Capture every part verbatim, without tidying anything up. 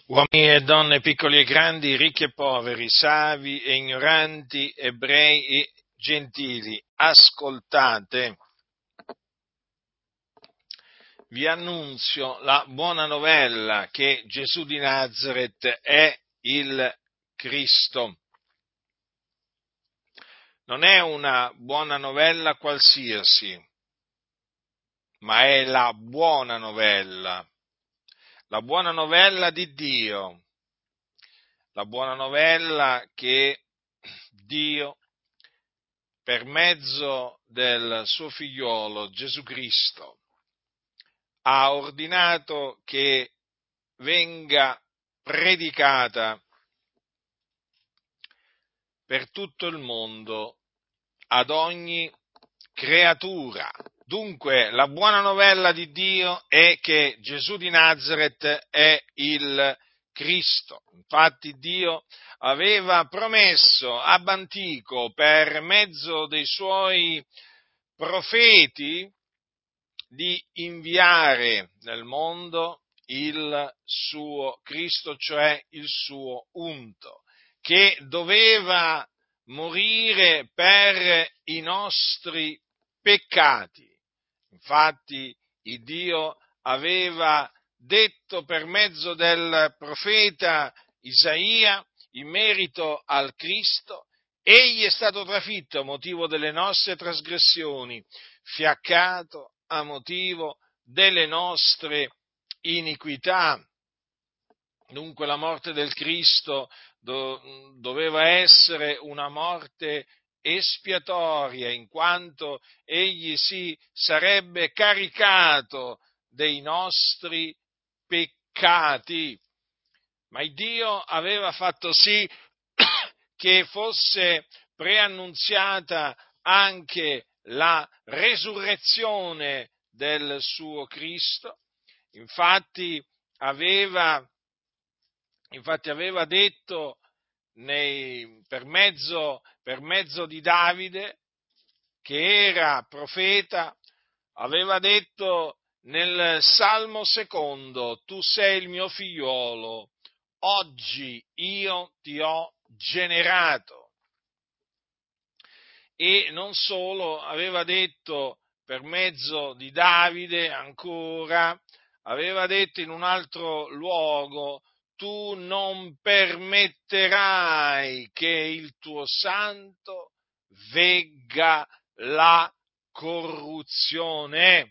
Uomini e donne, piccoli e grandi, ricchi e poveri, savi e ignoranti, ebrei e gentili, ascoltate. Vi annunzio la buona novella che Gesù di Nazaret è il Cristo. Non è una buona novella qualsiasi, ma è la buona novella, la buona novella di Dio. La buona novella che Dio, per mezzo del suo figliolo Gesù Cristo, ha ordinato che venga predicata per tutto il mondo ad ogni creatura. Dunque, la buona novella di Dio è che Gesù di Nazaret è il Cristo. Infatti Dio aveva promesso ab antico per mezzo dei suoi profeti di inviare nel mondo il suo Cristo, cioè il suo unto, che doveva morire per i nostri peccati. Infatti, il Dio aveva detto per mezzo del profeta Isaia in merito al Cristo: egli è stato trafitto a motivo delle nostre trasgressioni, fiaccato a motivo delle nostre iniquità. Dunque la morte del Cristo do, doveva essere una morte espiatoria, in quanto egli si sarebbe caricato dei nostri peccati. Ma il Dio aveva fatto sì che fosse preannunziata anche la resurrezione del suo Cristo. Infatti aveva, infatti aveva detto nei, per, mezzo, per mezzo di Davide, che era profeta, aveva detto nel Salmo secondo: tu sei il mio figliolo, oggi io ti ho generato. E non solo, aveva detto per mezzo di Davide ancora, aveva detto in un altro luogo: tu non permetterai che il tuo santo vegga la corruzione.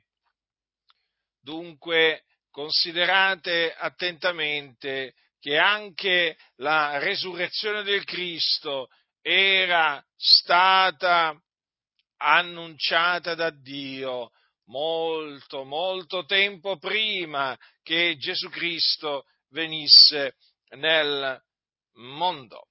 Dunque, considerate attentamente che anche la resurrezione del Cristo era stata annunciata da Dio molto, molto tempo prima che Gesù Cristo venisse nel mondo.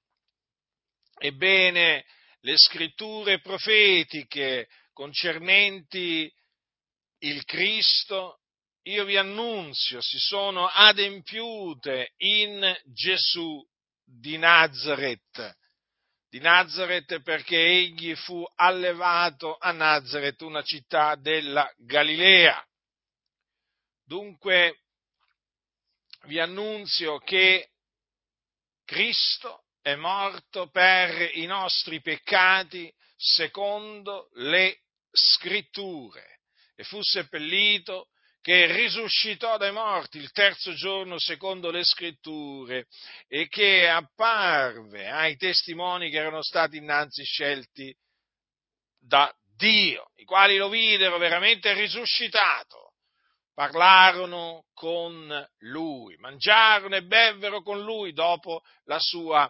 Ebbene, le scritture profetiche concernenti il Cristo, io vi annunzio, si sono adempiute in Gesù di Nazaret. Di Nazaret perché egli fu allevato a Nazaret, una città della Galilea. Dunque vi annunzio che Cristo è morto per i nostri peccati secondo le Scritture e fu seppellito, che risuscitò dai morti il terzo giorno secondo le Scritture e che apparve ai testimoni che erano stati innanzi scelti da Dio, i quali lo videro veramente risuscitato. Parlarono con lui, mangiarono e bevvero con lui dopo la sua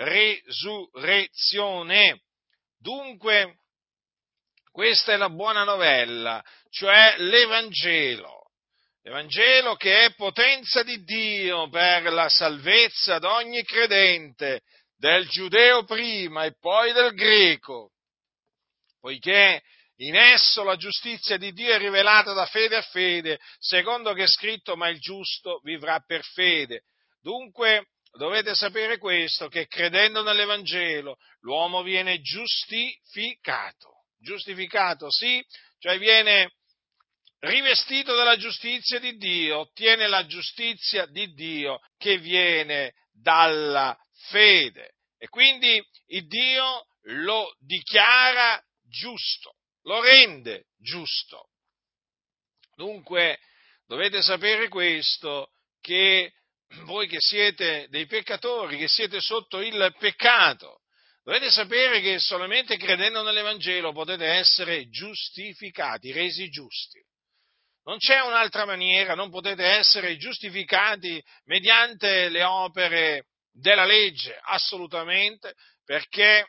resurrezione. Dunque, questa è la buona novella, cioè l'Evangelo. L'Evangelo che è potenza di Dio per la salvezza di ogni credente, del giudeo prima e poi del greco, poiché in esso la giustizia di Dio è rivelata da fede a fede, secondo che è scritto: ma il giusto vivrà per fede. Dunque dovete sapere questo, che credendo nell'Evangelo l'uomo viene giustificato. Giustificato, sì, cioè viene rivestito della giustizia di Dio, ottiene la giustizia di Dio che viene dalla fede. E quindi il Dio lo dichiara giusto, lo rende giusto. Dunque, dovete sapere questo, che voi che siete dei peccatori, che siete sotto il peccato, dovete sapere che solamente credendo nell'Evangelo potete essere giustificati, resi giusti. Non c'è un'altra maniera, non potete essere giustificati mediante le opere della legge, assolutamente, perché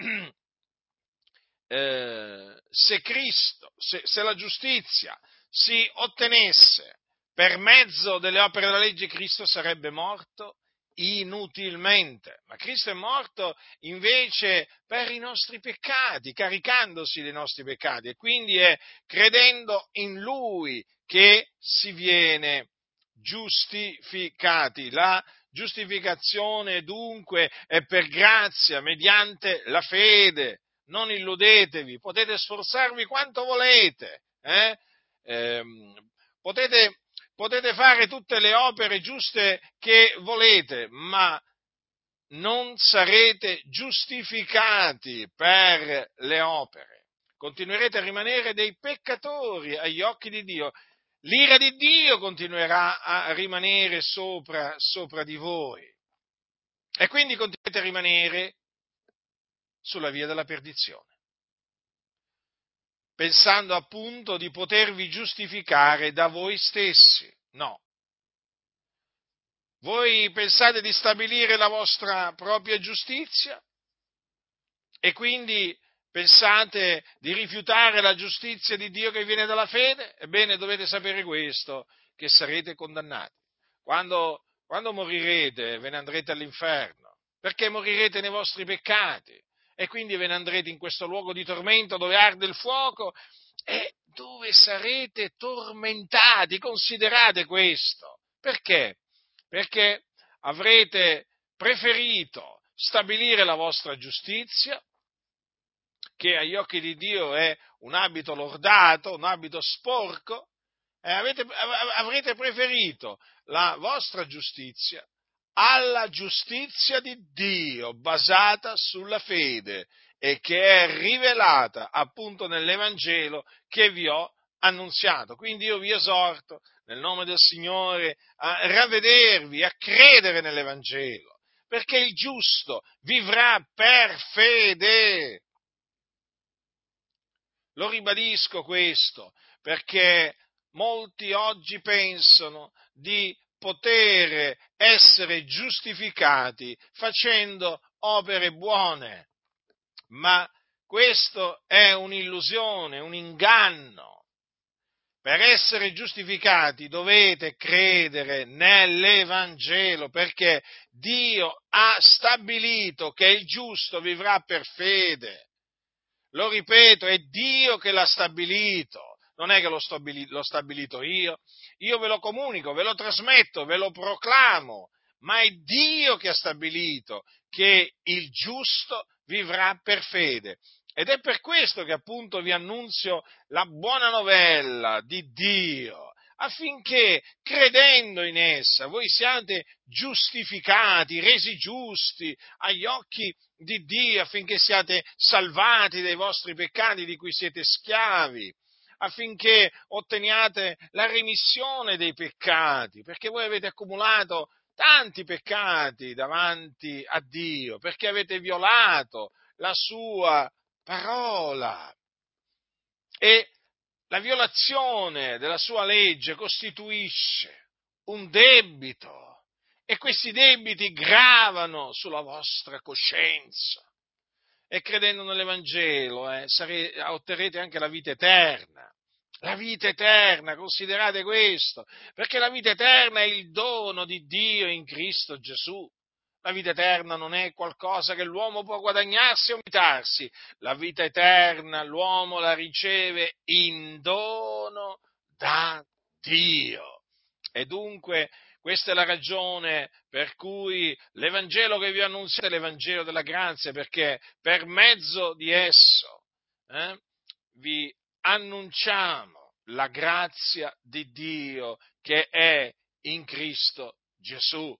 eh, se Cristo, se, se la giustizia si ottenesse per mezzo delle opere della legge, Cristo sarebbe morto inutilmente, ma Cristo è morto invece per i nostri peccati, caricandosi dei nostri peccati, e quindi è credendo in Lui che si viene giustificati. La giustificazione dunque è per grazia, mediante la fede. Non illudetevi, potete sforzarvi quanto volete, eh? Eh, potete, potete fare tutte le opere giuste che volete, ma non sarete giustificati per le opere. Continuerete a rimanere dei peccatori agli occhi di Dio. L'ira di Dio continuerà a rimanere sopra, sopra di voi. E quindi continuerete a rimanere sulla via della perdizione, pensando appunto di potervi giustificare da voi stessi. No. Voi pensate di stabilire la vostra propria giustizia e quindi pensate di rifiutare la giustizia di Dio che viene dalla fede? Ebbene, dovete sapere questo, che sarete condannati. Quando, quando morirete, ve ne andrete all'inferno, perché morirete nei vostri peccati. E quindi ve ne andrete in questo luogo di tormento dove arde il fuoco e dove sarete tormentati. Considerate questo. Perché? Perché avrete preferito stabilire la vostra giustizia, che agli occhi di Dio è un abito lordato, un abito sporco, e avete, avrete preferito la vostra giustizia alla giustizia di Dio, basata sulla fede e che è rivelata appunto nell'Evangelo che vi ho annunziato. Quindi io vi esorto, nel nome del Signore, a ravvedervi, a credere nell'Evangelo, perché il giusto vivrà per fede. Lo ribadisco questo, perché molti oggi pensano di poter essere giustificati facendo opere buone, ma questo è un'illusione, un inganno. Per essere giustificati dovete credere nell'Evangelo, perché Dio ha stabilito che il giusto vivrà per fede. Lo ripeto, è Dio che l'ha stabilito, non è che l'ho stabilito io, io ve lo comunico, ve lo trasmetto, ve lo proclamo, ma è Dio che ha stabilito che il giusto vivrà per fede. Ed è per questo che appunto vi annunzio la buona novella di Dio, affinché credendo in essa voi siate giustificati, resi giusti agli occhi di Dio, affinché siate salvati dai vostri peccati di cui siete schiavi, affinché otteniate la remissione dei peccati, perché voi avete accumulato tanti peccati davanti a Dio, perché avete violato la sua parola. E la violazione della sua legge costituisce un debito e questi debiti gravano sulla vostra coscienza. E credendo nell'Evangelo eh, sare- otterrete anche la vita eterna. La vita eterna, considerate questo, perché la vita eterna è il dono di Dio in Cristo Gesù. La vita eterna non è qualcosa che l'uomo può guadagnarsi o meritarsi. La vita eterna l'uomo la riceve in dono da Dio. E dunque questa è la ragione per cui l'Evangelo che vi ho annunziato è l'Evangelo della grazia, perché per mezzo di esso eh, vi annunciamo la grazia di Dio che è in Cristo Gesù.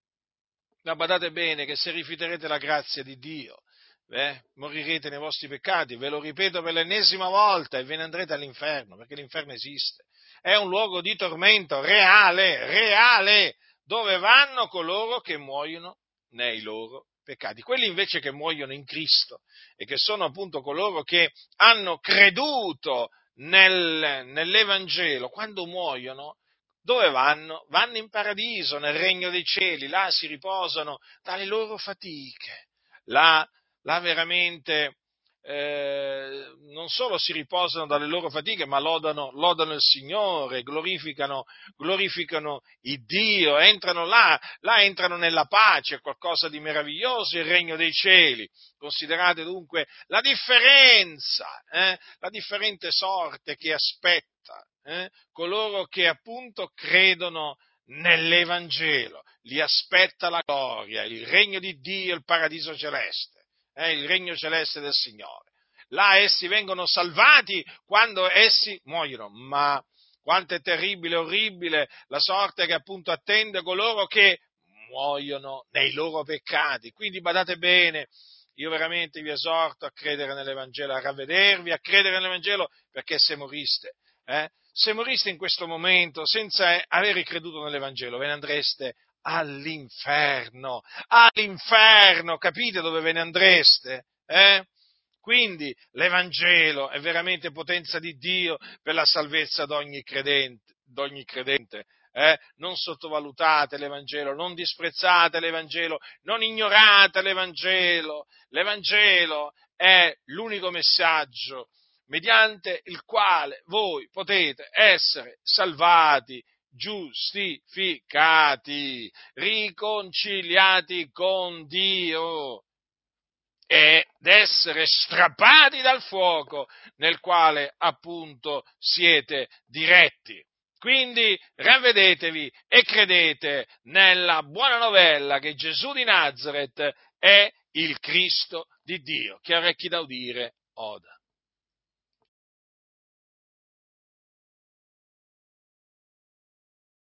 Ma badate bene che se rifiuterete la grazia di Dio, eh, morirete nei vostri peccati, ve lo ripeto per l'ennesima volta, e ve ne andrete all'inferno, perché l'inferno esiste. È un luogo di tormento reale, reale, dove vanno coloro che muoiono nei loro peccati. Quelli invece che muoiono in Cristo e che sono appunto coloro che hanno creduto nel, nell'Evangelo, quando muoiono, dove vanno? Vanno in paradiso, nel regno dei cieli, là si riposano dalle loro fatiche, là, là veramente eh, non solo si riposano dalle loro fatiche, ma lodano, lodano il Signore, glorificano, glorificano il Dio, entrano là, là entrano nella pace, è qualcosa di meraviglioso il regno dei cieli. Considerate dunque la differenza, eh, la differente sorte che aspetta eh, coloro che appunto credono nell'Evangelo, li aspetta la gloria, il regno di Dio, il paradiso celeste. Eh, il regno celeste del Signore. Là essi vengono salvati quando essi muoiono, ma quanto è terribile e orribile la sorte che appunto attende coloro che muoiono nei loro peccati. Quindi badate bene, io veramente vi esorto a credere nell'Evangelo, a ravvedervi, a credere nell'Evangelo, perché se moriste, eh, se moriste in questo momento senza aver creduto nell'Evangelo, ve ne andreste all'inferno, all'inferno, capite dove ve ne andreste? Eh? Quindi l'Evangelo è veramente potenza di Dio per la salvezza d'ogni credente, d'ogni credente. Eh? Non sottovalutate l'Evangelo, non disprezzate l'Evangelo, non ignorate l'Evangelo. L'Evangelo è l'unico messaggio mediante il quale voi potete essere salvati, giustificati, riconciliati con Dio ed essere strappati dal fuoco nel quale appunto siete diretti. Quindi ravvedetevi e credete nella buona novella che Gesù di Nazaret è il Cristo di Dio. Chi ha orecchi da udire, oda.